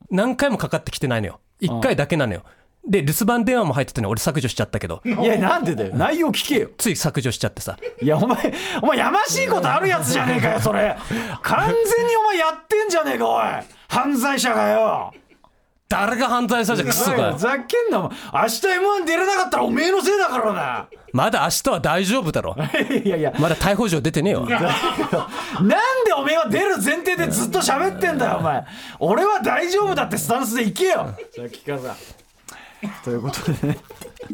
何回もかかってきてないのよ。いっかいだけなのよ。で留守番電話も入っててね、俺削除しちゃったけど。 いやなんでだよ、内容聞けよ。 つい削除しちゃってさ。 いやお前お前やましいことあるやつじゃねえかよそれ。完全にお前やってんじゃねえかおい、犯罪者がよ。 誰が犯罪者じゃクソかよ。 ざっけんなお前、明日 エムワン 出れなかったらおめえのせいだからな。 まだ明日は大丈夫だろ。 いやいやまだ逮捕状出てねえわ。 なんでおめえは出る前提でずっと喋ってんだよお前。俺は大丈夫だってスタンスでいけよさっきからさ。ということでね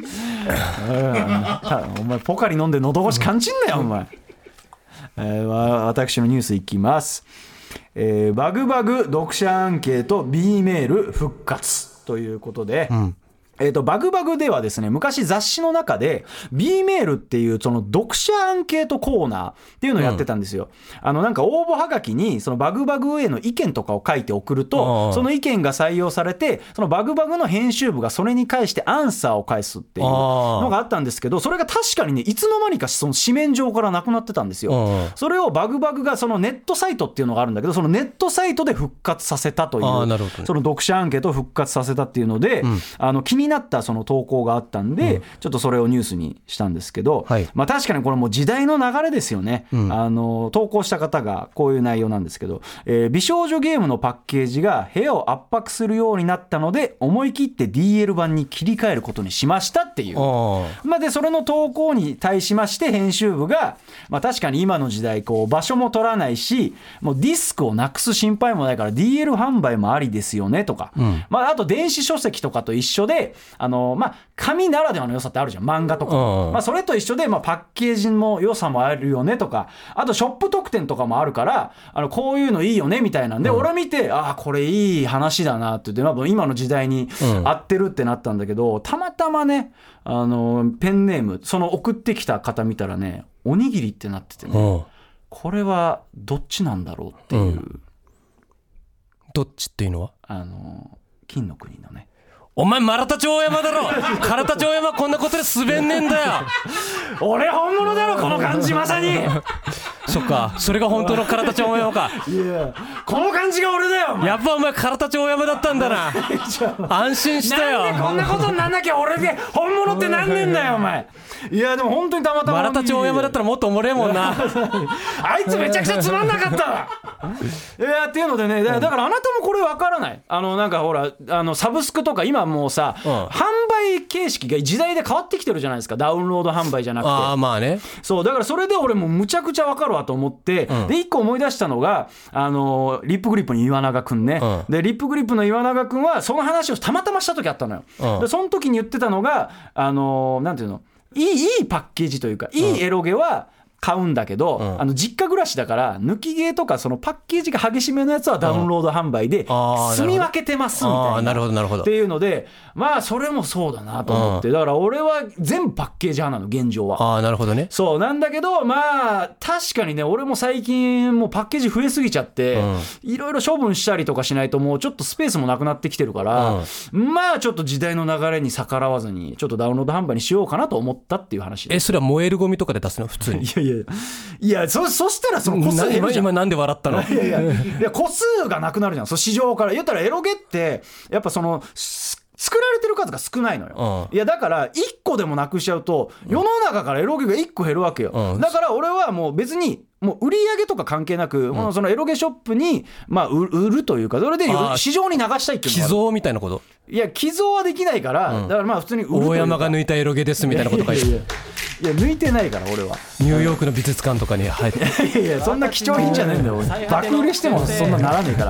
お前ポカリ飲んで喉越し感じんなよお前、えー、私のニュースいきます。えー、バグバグ読者アンケート B メール復活ということで、うんえー、とバグバグではですね、昔雑誌の中で B メールっていうその読者アンケートコーナーっていうのをやってたんですよ、うん、あのなんか応募はがきにそのバグバグへの意見とかを書いて送ると、その意見が採用されて、そのバグバグの編集部がそれに対してアンサーを返すっていうのがあったんですけど、それが確かにね、いつの間にかその紙面上からなくなってたんですよ。それをバグバグがそのネットサイトっていうのがあるんだけど、そのネットサイトで復活させたという、その読者アンケートを復活させたっていうので、うん、あの気になったその投稿があったんで、うん、ちょっとそれをニュースにしたんですけど、はい、まあ、確かにこれもう時代の流れですよね、うん、あの投稿した方がこういう内容なんですけど、えー、美少女ゲームのパッケージが部屋を圧迫するようになったので思い切って ディーエル 版に切り替えることにしましたっていう、まあ、でそれの投稿に対しまして編集部が、まあ、確かに今の時代こう場所も取らないし、もうディスクをなくす心配もないから ディーエル 販売もありですよねとか、うん、まあ、あと電子書籍とかと一緒で、あの、まあ、紙ならではの良さってあるじゃん、漫画とか、まあ、それと一緒で、まあ、パッケージも良さもあるよねとか、あとショップ特典とかもあるから、あのこういうのいいよねみたいなんで、うん、俺見て、ああこれいい話だなって言って、まあ、今の時代に合ってるってなったんだけど、うん、たまたまね、あのペンネームその送ってきた方見たらね、おにぎりってなっててね、うん、これはどっちなんだろうっていう、うん、 どっちっていうのは、 あの金の国のね、 お前丸太町大山だろ唐田町大山こんなことで滑んねえんだよ俺本物だろこの感じ、まさにそっか、それが本当の唐田町大山か。 いやこの感じが俺だよ。 やっぱお前唐田町大山だったんだな安心したよ。 なんでこんなことになんなきゃ俺で本物ってなんねえんだよお前。いやでも本当にたまたま丸太町大山だったらもっとおもれえもんなあいつめちゃくちゃつまんなかったいやっていうのでね、だからあなたもこれ分からない、あのなんかほらあのサブスクとか今もうさ、うん、販売形式が時代で変わってきてるじゃないですか、ダウンロード販売じゃなくて。 あまあね、 そうだからそれで俺もうむちゃくちゃ分かるわと思って、うん、で一個思い出したのが、あのリップグリップの岩永くんね、うん、でリップグリップの岩永くんはその話をたまたました時あったのよ、うん、でその時に言ってたのが、あのなんていうの、いい、いいパッケージというか、いいエロゲは買うんだけど、うん、あの実家暮らしだから抜きゲーとかそのパッケージが激しめのやつはダウンロード販売で住み分けてますみたいな、 なるほどなるほどっていうので、まあそれもそうだなと思って、だから俺は全パッケージ派なの現状は。 あなるほどね。 そうなんだけど、まあ確かにね、俺も最近もうパッケージ増えすぎちゃっていろいろ処分したりとかしないともうちょっとスペースもなくなってきてるから、うん、まあちょっと時代の流れに逆らわずにちょっとダウンロード販売にしようかなと思ったっていう話で。 えそれは燃えるゴミとかで出すの普通に？ いやいやいや、そ, そしたらその個数減るじゃん。 今なんで笑ったの？ いやいやいや個数がなくなるじゃん、その市場から言ったら。エロゲってやっぱその作られてる数が少ないのよ、うん、いやだからいっこでもなくしちゃうと世の中からエロゲがいっこ減るわけよ、うん、だから俺はもう別にもう売り上げとか関係なく、うん、もうそのエロゲショップにまあ売るというか、それで市場に流したいっていうのがある。 寄贈みたいなこと？ いや寄贈はできないから、うん、だからまあ普通に売るというか。大山が抜いたエロゲですみたいなこと書いて。 いやいやいやいや抜いてないから俺は。 ニューヨークの美術館とかに入って。 いやいやそんな貴重品じゃないんだよ俺。爆売れしてもそんなならねえから。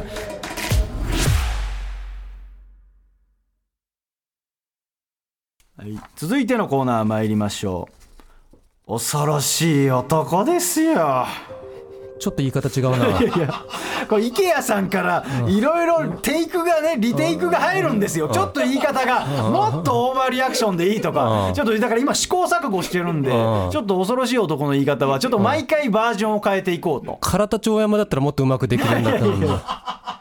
はい、続いてのコーナー参りましょう。恐ろしい男ですよ。 ちょっと言い方違うな。 いやいやこれ IKEA さんからいろいろテイクがね、リテイクが入るんですよ。ちょっと言い方がもっとオーバーリアクションでいいとか、ちょっとだから今試行錯誤してるんで、ちょっと恐ろしい男の言い方はちょっと毎回バージョンを変えていこうと。 唐田町山だったらもっとうまくできるんだったのに。 唐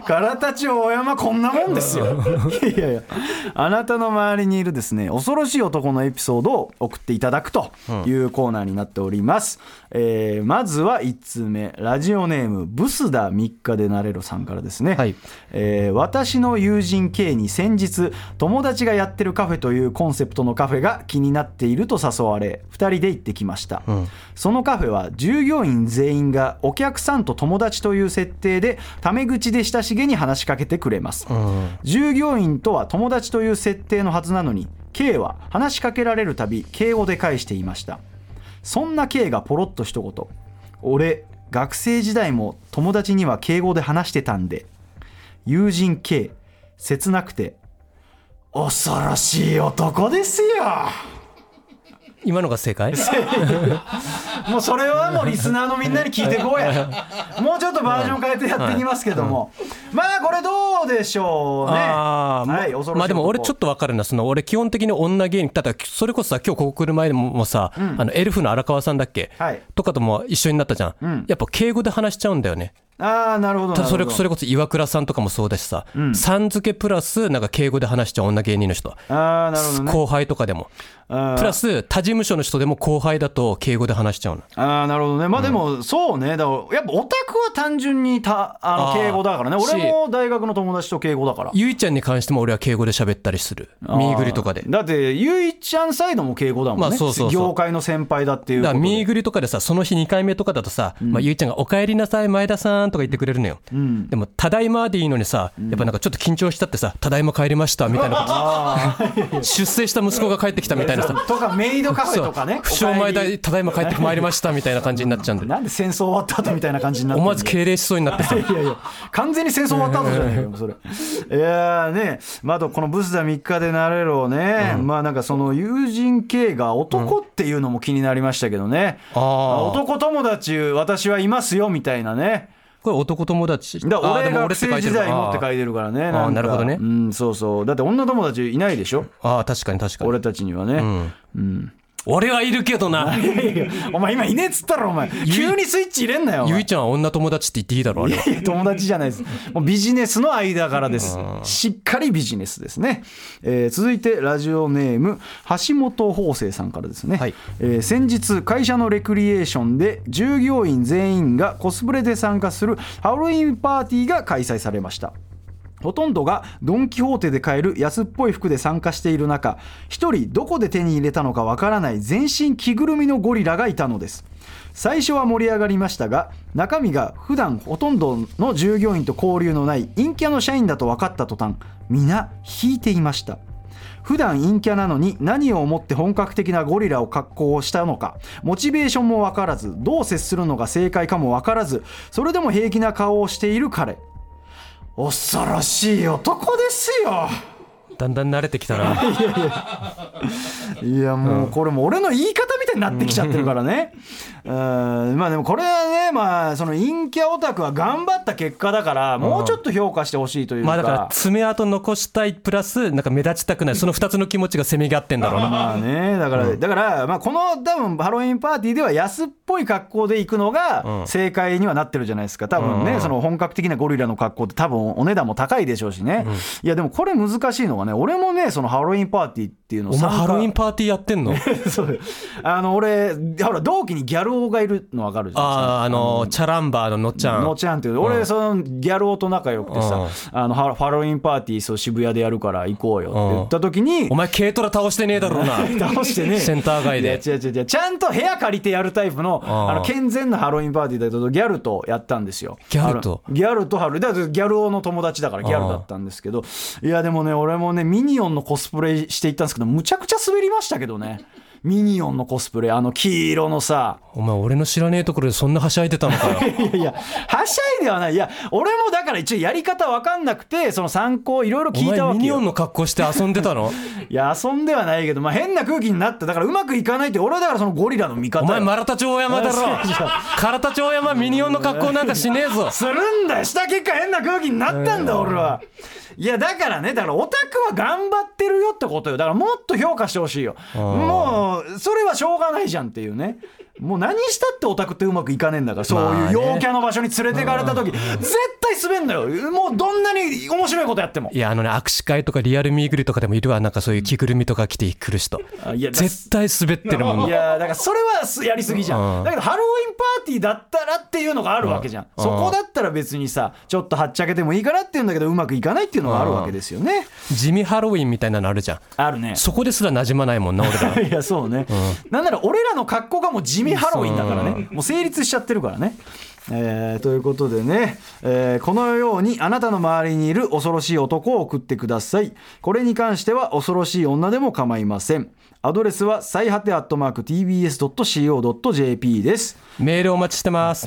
唐田町大山こんなもんですよいやいや、あなたの周りにいるですね恐ろしい男のエピソードを送っていただくというコーナーになっております、うんえー、まずはいちつめ、ラジオネームブスダみっかでなれろさんからですね、はいえー、私の友人 K に先日友達がやってるカフェというコンセプトのカフェが気になっていると誘われふたりで行ってきました、うん、そのカフェは従業員全員がお客さんと友達という設定でタメ口で親しげに話しかけてくれます、うん、従業員とは友達という設定のはずなのに K は話しかけられるたび敬語で返していました。そんな K がポロッと一言、俺学生時代も友達には敬語で話してたんで。友人 K 切なくて恐ろしい男ですよ。 今のが正解もうそれはもうリスナーのみんなに聞いてこうや。もうちょっとバージョン変えてやっていきますけども、うん、まあこれどうでしょうね。あ、はい、恐ろしい男。 まあでも俺ちょっと分かるな。その俺基本的に女芸人だったらそれこそさ、今日ここ来る前もさ、うん、あのエルフの荒川さんだっけ、はい、とかとも一緒になったじゃん、うん、やっぱ敬語で話しちゃうんだよね。 ああなるほどなるほど。 それそれこそ岩倉さんとかもそうだしさ、うん、さん付けプラスなんか敬語で話しちゃう女芸人の人。 ああなるほどね。 後輩とかでもプラス他事務所の人でも後輩だと敬語で話しちゃうの。 ああなるほどね。まあでもそうね、だからやっぱオタクは単純にたあの敬語だからね。俺も大学の友達と敬語だから。 ゆいちゃんに関しても俺は敬語で喋ったりする。ミーグリとかで。 だってゆいちゃんサイドも敬語だもんね、まあ、そうそうそう業界の先輩だっていうことで。 だからミーグリとかでさ、その日にかいめとかだとさ、うんまあ、ゆいちゃんがお帰りなさい前田さんとか言ってくれるのよ、うん、でもただいまでいいのにさ、やっぱなんかちょっと緊張しちゃってさ、ただいま帰りましたみたいなこと出世した息子が帰ってきたみたいなさとかメイドカフェとかね、 不詳前田ただいま帰ってまいりましたみたいな感じになっちゃうんで。 なんで戦争終わった後みたいな感じになって思わず敬礼しそうになってさいやいや完全に戦争終わった後じゃないかそれいやね、まあ、あとこのブスダみっかでなれろね、うん、まあなんかその友人 K が男っていうのも気になりましたけどね、うん、あ男友達私はいますよみたいなね。 これ男友達だ俺学生時代もって書いてるからね。なんかあなるほどね、 うん、そうそうだって女友達いないでしょ。 あ確かに確かに俺たちにはね、うんうん、 俺はいるけどな。いやいやお前今いねえっつったろお前。急にスイッチ入れんなよ。 ゆいちゃんは女友達って言っていいだろあれ。 いやいや友達じゃないです。もうビジネスの間からです。しっかりビジネスですね、えー、続いてラジオネーム橋本法生さんからですね、はいえー、先日会社のレクリエーションで従業員全員がコスプレで参加するハロウィンパーティーが開催されました。ほとんどがドンキホーテで買える安っぽい服で参加している中、一人どこで手に入れたのかわからない全身着ぐるみのゴリラがいたのです。最初は盛り上がりましたが、中身が普段ほとんどの従業員と交流のない陰キャの社員だと分かった途端、皆引いていました。普段陰キャなのに何を思って本格的なゴリラを格好したのか、モチベーションも分からず、どう接するのが正解かも分からず、それでも平気な顔をしている彼。恐ろしい男ですよ。 だんだん慣れてきたな。いやいやいやもうこれも俺の言い方みたいになってきちゃってるからね、うん、まあでもこれはね、まあその陰キャオタクは頑張った結果だからもうちょっと評価してほしいというか、 まあだから爪痕残したいプラスなんか目立ちたくない、そのふたつの気持ちがせめぎ合ってんだろうな。 まあねだから、うん、だからまあこの多分ハロウィンパーティーでは安っぽい格好で行くのが正解にはなってるじゃないですか多分ね、うん、その本格的なゴリラの格好って多分お値段も高いでしょうしね、うん、いやでもこれ難しいのがね、俺もねそのハロウィンパーティーっていうのをお前ハロウィンパーティーやってんのそうあの俺ほら同期にギャル男がいるの分かるじゃん。 ああのー、チャランバーののっちゃんのっちゃんっていう、俺そのギャル男と仲良くてさ、あのハロウィンパーティーそう渋谷でやるから行こうよって言った時に、 お前軽トラ倒してねえだろうな倒してねえセンター街で。 違う違う違う、ちゃんと部屋借りてやるタイプのあの健全なハロウィンパーティーだとギャルとやったんですよ。 ギャルとギャルとハロウィンだからギャル男の友達だからギャルだったんですけど、いやでもね俺もねミニオンのコスプレしていったんですけどむちゃくちゃ滑りましたけどね。ミニオンのコスプレ、あの黄色のさ。 お前俺の知らねえところでそんなはしゃいでたのかよ。 いやいやはしゃいではない。いや俺もだから一応やり方分かんなくてその参考いろいろ聞いたわけよ。 お前ミニオンの格好して遊んでたのいや遊んではないけど、まあ、変な空気になった。だからうまくいかないって俺はだからそのゴリラの味方。 お前マラタ町大山だろ唐田町大山ミニオンの格好なんかしねえぞするんだよ。した結果変な空気になったんだ俺は。いやだからね、だからオタクは頑張ってるよってことよ。だからもっと評価してほしいよ。もうそれはしょうがないじゃんっていうね。 もう何したってオタクってうまくいかねえんだから、そういう陽キャの場所に連れてかれた時、絶対滑んのよ。もうどんなに面白いことやっても。 いやあのね、握手会とかリアルミーグリとかでもいるわ、なんかそういう着ぐるみとか着てくる人、いや絶対滑ってるもん。 いやだからそれはやりすぎじゃん、うん、だけどハロウィンパーティーだったらっていうのがあるわけじゃん、うん、そこだったら別にさちょっとはっちゃけてもいいかなっていうんだけどうまくいかないっていうのがあるわけですよね、 うん、地味ハロウィンみたいなのあるじゃん。 あるね。 そこですら馴染まないもんな俺ら。 いやそうね、うん、なんなら俺らの格好がもう地味ハロウィンだからね、もう成立しちゃってるからね。えー、ということでね、えー、このようにあなたの周りにいる恐ろしい男を送ってください。これに関しては恐ろしい女でも構いません。アドレスは最果てアットマーク ティービーエスドットシーオードットジェーピー です。 メールお待ちしてます。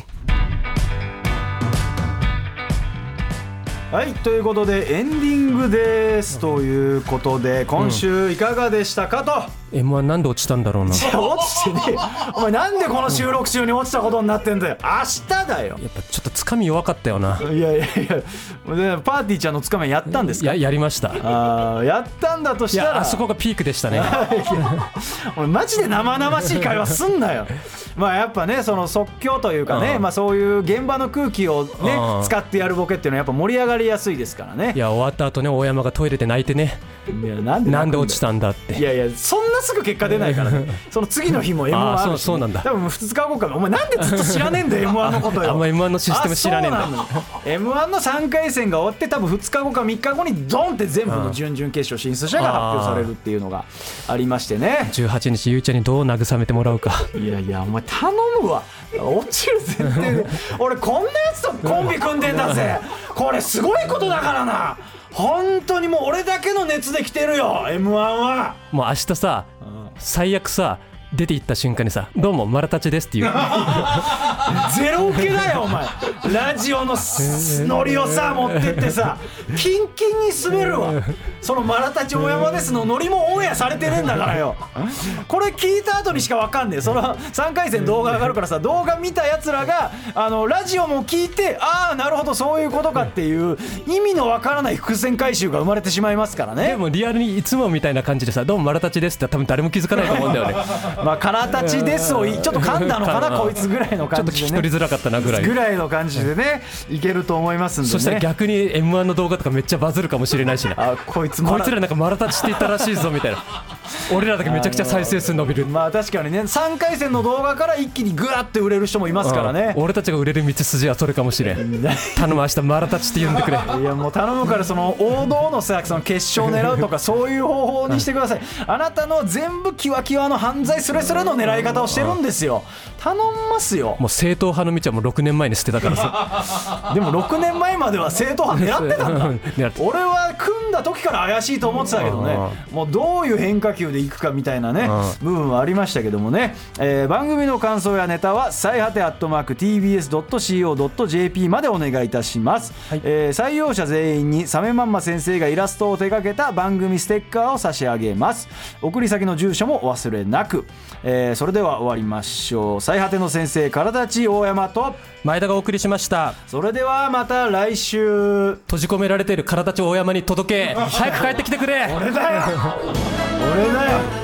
はい、ということでエンディングですということで、今週いかがでしたかと、 うん、エムワン なんで落ちたんだろうな。 落ちてねえ。お前なんでこの収録中に落ちたことになってんだよ。明日だよ。 やっぱちょっとつかみ弱かったよな。 いやいやいや、パーティーちゃんのつかみやったんですか。 ややりました。 あやったんだとしたら、いやあそこがピークでしたね。 お前マジで生々しい会話すんなよ。まあやっぱね、その即興というかね、まあそういう現場の空気をね使ってやるボケっていうのはやっぱ盛り上がりやすいですからね。 いや終わった後ね、大山がトイレで泣いてね、いやなんでなんで落ちたんだって。 いやいやそんなすぐ結果出ないからね。その次の日も エムワン あるし、ね、 あそうそうなんだ。 多分ふつかごか。お前なんでずっと知らねえんだよ。エムワン のことよ。 あんま エムワン のシステム知らねえんだ。 エムワン のさんかい戦が終わって多分ふつかごかみっかごにドンって全部の準々決勝進出者が発表されるっていうのがありましてね。 じゅうはちにちゆうちゃんにどう慰めてもらうか。 いやいやお前頼むわ。落ちる前提で俺こんなやつとコンビ組んでんだぜ。これすごいことだからな。本当にもう俺だけの熱で来てるよ エムワン は。 もう明日さ、最悪さ出て行った瞬間にさ、どうもマラタチですっていうゼロ受けだよお前。ラジオのノリをさ持ってってさ、キンキンに滑るわ。そのマラタチ大山ですのノリもオンエアされてねえんだからよ。これ聞いた後にしか分かんねえ。そのさんかい戦動画上がるからさ、動画見たやつらがあのラジオも聞いて、ああなるほどそういうことかっていう意味の分からない伏線回収が生まれてしまいますからね。 でもリアルにいつもみたいな感じでさ、どうもマラタチですって多分誰も気づかないと思うんだよね。 まあカラタチですをちょっと噛んだのかなこいつぐらいの感じでね。 ちょっと聞き取りづらかったなぐらいぐらいの感じでねいけると思いますんでね。 そしたら逆に エムワン の動画とかめっちゃバズるかもしれないしね。 あこいつこいつらなんかマラタチって言ったらしいぞみたいな。俺らだけめちゃくちゃ再生数伸びる。 まあ確かにね、さんかい戦の動画から一気にグワッて売れる人もいますからね。 俺たちが売れる道筋はそれかもしれん。頼む明日マラタチって呼んでくれ。 いやもう頼むから、その王道のさその決勝狙うとかそういう方法にしてください。あなたの全部キワキワの犯罪スレスレの狙い方をしてるんですよ。頼みますよ。 もう正統派の道はもうろくねんまえに捨てたからさ。 でもろくねんまえまでは正統派狙ってたんだ。俺は組んだ時から怪しいと思ってたけどね、もうどういう変化球でいくかみたいなね部分はありましたけどもね、えー、番組の感想やネタは最果てアットマーク ティービーエスドットシーオードットジェーピー までお願いいたします、はい。えー、採用者全員にサメマンマ先生がイラストを手掛けた番組ステッカーを差し上げます。送り先の住所もお忘れなく、えー、それでは終わりましょう。最果ての先生からたち大山と前田がお送りしました。 それではまた来週。 閉じ込められているからたち大山に届け。早く帰ってきてくれ。 俺だよ俺だよ